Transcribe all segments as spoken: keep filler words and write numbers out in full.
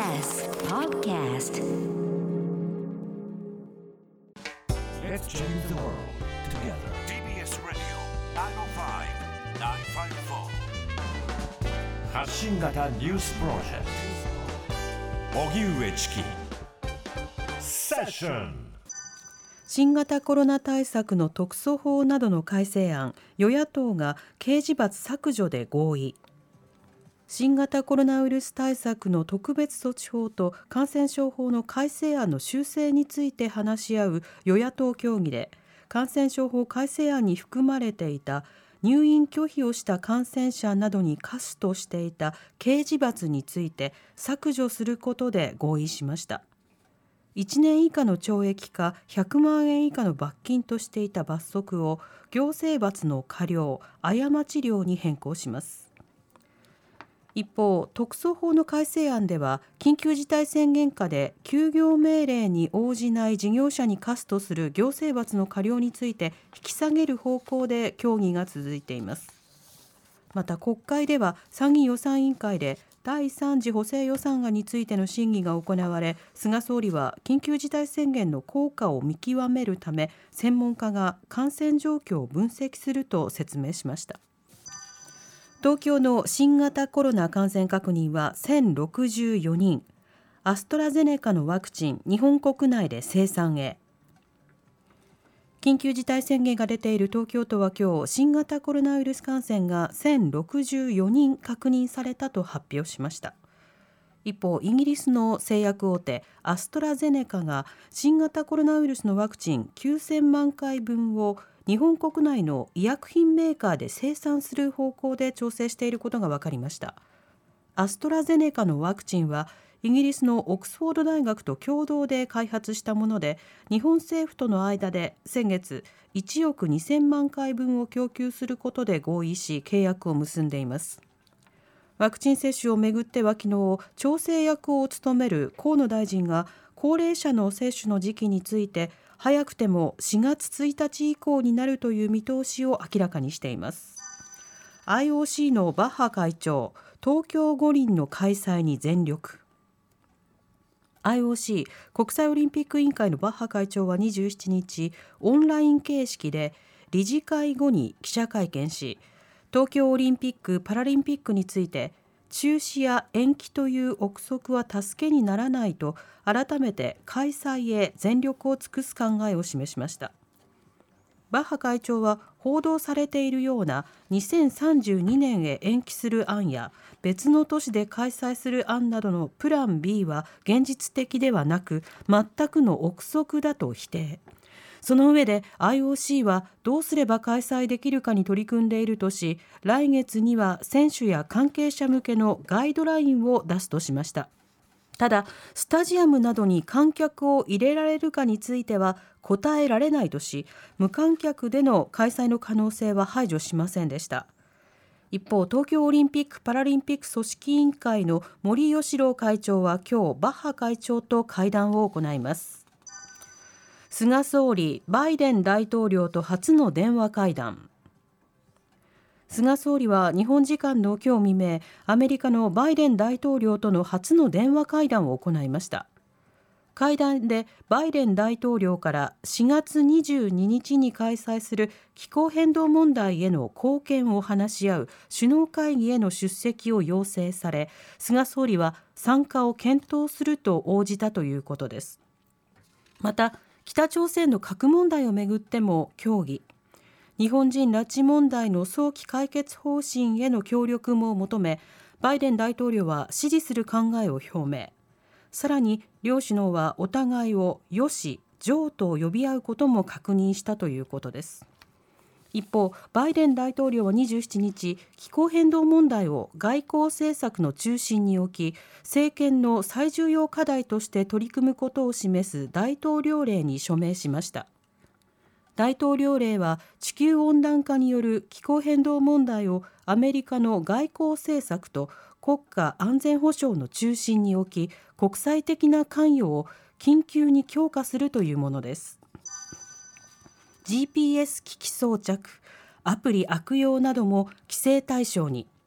エス Podcast Let's change the world together ティービーエス Radio きゅうまるご、きゅうごよん発信型ニュースプロジェクト荻上チキセッション。 新型コロナ対策の特措法などの改正案、与野党が刑事罰削除で合意。新型コロナウイルス対策の特別措置法と感染症法の改正案の修正について話し合う与野党協議で、感染症法改正案に含まれていた入院拒否をした感染者などに課すとしていた刑事罰について削除することで合意しました。いちねん以下の懲役かひゃくまんえん以下の罰金としていた罰則を行政罰の過料、過ち料に変更します。一方、特措法の改正案では、緊急事態宣言下で休業命令に応じない事業者に課すとする行政罰の過料について引き下げる方向で協議が続いています。また国会では参議院予算委員会でだいさん次補正予算案についての審議が行われ、菅総理は緊急事態宣言の効果を見極めるため、専門家が感染状況を分析すると説明しました。東京の新型コロナ感染確認はせんろくじゅうよにん、アストラゼネカのワクチン、日本国内で生産へ。緊急事態宣言が出ている東京都は今日、新型コロナウイルス感染がせんろくじゅうよにん確認されたと発表しました。一方、イギリスの製薬大手アストラゼネカが新型コロナウイルスのワクチンきゅうせんまんかいぶんを日本国内の医薬品メーカーで生産する方向で調整していることが分かりました。アストラゼネカのワクチンはイギリスのオックスフォード大学と共同で開発したもので、日本政府との間で先月いちおくにせんまんかいぶんを供給することで合意し、契約を結んでいます。ワクチン接種をめぐっては昨日、調整役を務める河野大臣が高齢者の接種の時期について早くてもしがつついたち以降になるという見通しを明らかにしています。 アイオーシー のバッハ会長、東京五輪の開催に全力。 アイオーシー 国際オリンピック委員会のバッハ会長はにじゅうしちにち、オンライン形式で理事会後に記者会見し、東京オリンピック・パラリンピックについて中止や延期という憶測は助けにならないと改めて開催へ全力を尽くす考えを示しました。バッハ会長は報道されているようなにせんさんじゅうにねんへ延期する案や別の都市で開催する案などのプラン ビー は現実的ではなく全くの憶測だと否定。その上で アイオーシー はどうすれば開催できるかに取り組んでいるとし、来月には選手や関係者向けのガイドラインを出すとしました。ただ、スタジアムなどに観客を入れられるかについては答えられないとし、無観客での開催の可能性は排除しませんでした。一方、東京オリンピック・パラリンピック組織委員会の森喜朗会長は今日、バッハ会長と会談を行います。菅総理、バイデン大統領と初の電話会談。菅総理は日本時間の今日未明、アメリカのバイデン大統領との初の電話会談を行いました。会談でバイデン大統領からしがつにじゅうににちに開催する気候変動問題への貢献を話し合う首脳会議への出席を要請され、菅総理は参加を検討すると応じたということです。また、北朝鮮の核問題をめぐっても協議。日本人拉致問題の早期解決方針への協力も求め、バイデン大統領は支持する考えを表明。さらに、両首脳はお互いをよし、上と呼び合うことも確認したということです。一方、バイデン大統領はにじゅうしちにち、気候変動問題を外交政策の中心に置き、政権の最重要課題として取り組むことを示す大統領令に署名しました。大統領令は地球温暖化による気候変動問題をアメリカの外交政策と国家安全保障の中心に置き、国際的な関与を緊急に強化するというものです。ジーピーエス 機器装着、アプリ悪用なども規制対象に。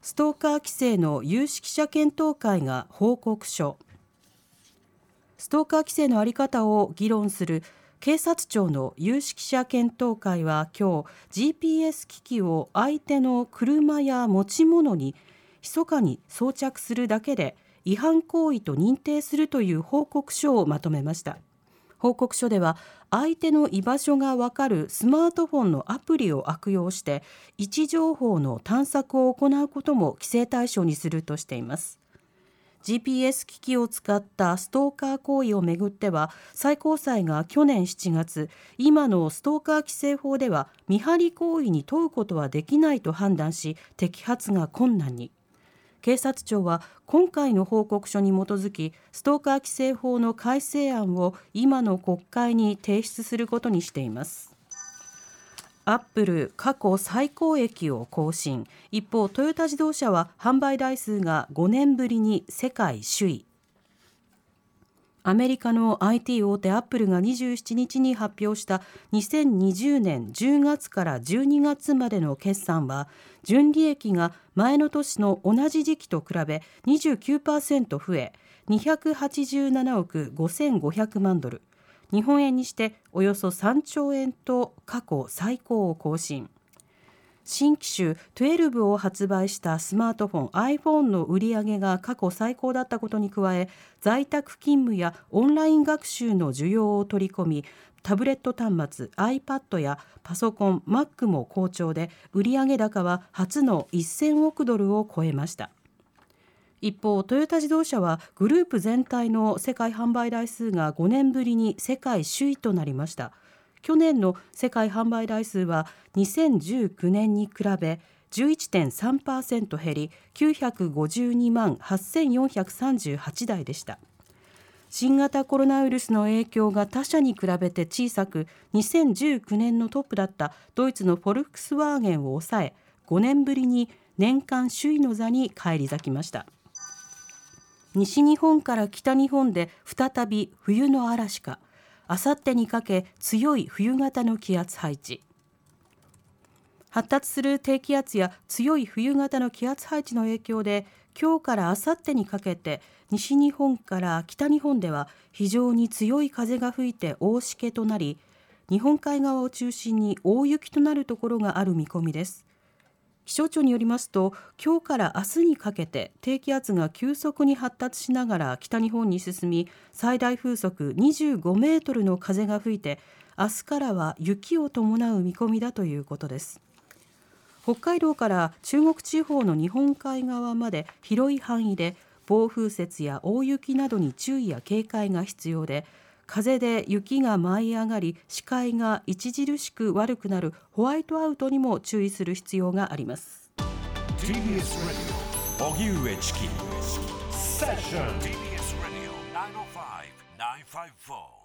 ストーカー規制の有識者検討会が報告書。ストーカー規制の在り方を議論する警察庁の有識者検討会は今日 ジーピーエス 機器を相手の車や持ち物に密かに装着するだけで違反行為と認定するという報告書をまとめました。報告書では相手の居場所がわかるスマートフォンのアプリを悪用して位置情報の探索を行うことも規制対象にするとしています。ジーピーエス 機器を使ったストーカー行為をめぐっては最高裁が去年しちがつ、今のストーカー規制法では見張り行為に問うことはできないと判断し、摘発が困難に。警察庁は今回の報告書に基づきストーカー規制法の改正案を今の国会に提出することにしています。アップル過去最高益を更新。一方トヨタ自動車は販売台数がごねんぶりに世界首位。アメリカの アイティー 大手アップルがにじゅうしちにちに発表したにせんにじゅうねんじゅうがつからじゅうにがつまでの決算は純利益が前の年の同じ時期と比べ にじゅうきゅうパーセント 増えにひゃくはちじゅうななおくごせんごひゃくまんドル、日本円にしておよそさんちょうえんと過去最高を更新。新機種じゅうにを発売したスマートフォン iPhone の売り上げが過去最高だったことに加え、在宅勤務やオンライン学習の需要を取り込み、タブレット端末 iPad やパソコン Mac も好調で、売上高は初のせんおくドルを超えました。一方トヨタ自動車はグループ全体の世界販売台数がごねんぶりに世界首位となりました。去年の世界販売台数はにせんじゅうきゅうねんに比べ じゅういってんさんパーセント 減りきゅうひゃくごじゅうにまんはっせんよんひゃくさんじゅうはちだいでした。新型コロナウイルスの影響が他社に比べて小さく、にせんじゅうきゅうねんのトップだったドイツのフォルクスワーゲンを抑え、ごねんぶりに年間首位の座に返り咲きました。西日本から北日本で再び冬の嵐か。あさってにかけ強い冬型の気圧配置。発達する低気圧や強い冬型の気圧配置の影響で、今日からあさってにかけて西日本から北日本では非常に強い風が吹いて大しけとなり、日本海側を中心に大雪となるところがある見込みです。気象庁によりますと、今日から明日にかけて低気圧が急速に発達しながら北日本に進み、最大風速にじゅうごメートルの風が吹いて、明日からは雪を伴う見込みだということです。北海道から中国地方の日本海側まで広い範囲で暴風雪や大雪などに注意や警戒が必要で、風で雪が舞い上がり視界が著しく悪くなるホワイトアウトにも注意する必要があります。 ティービーエス ラジオ荻上チキセッションティービーエス Radio きゅうまるご きゅうごよん。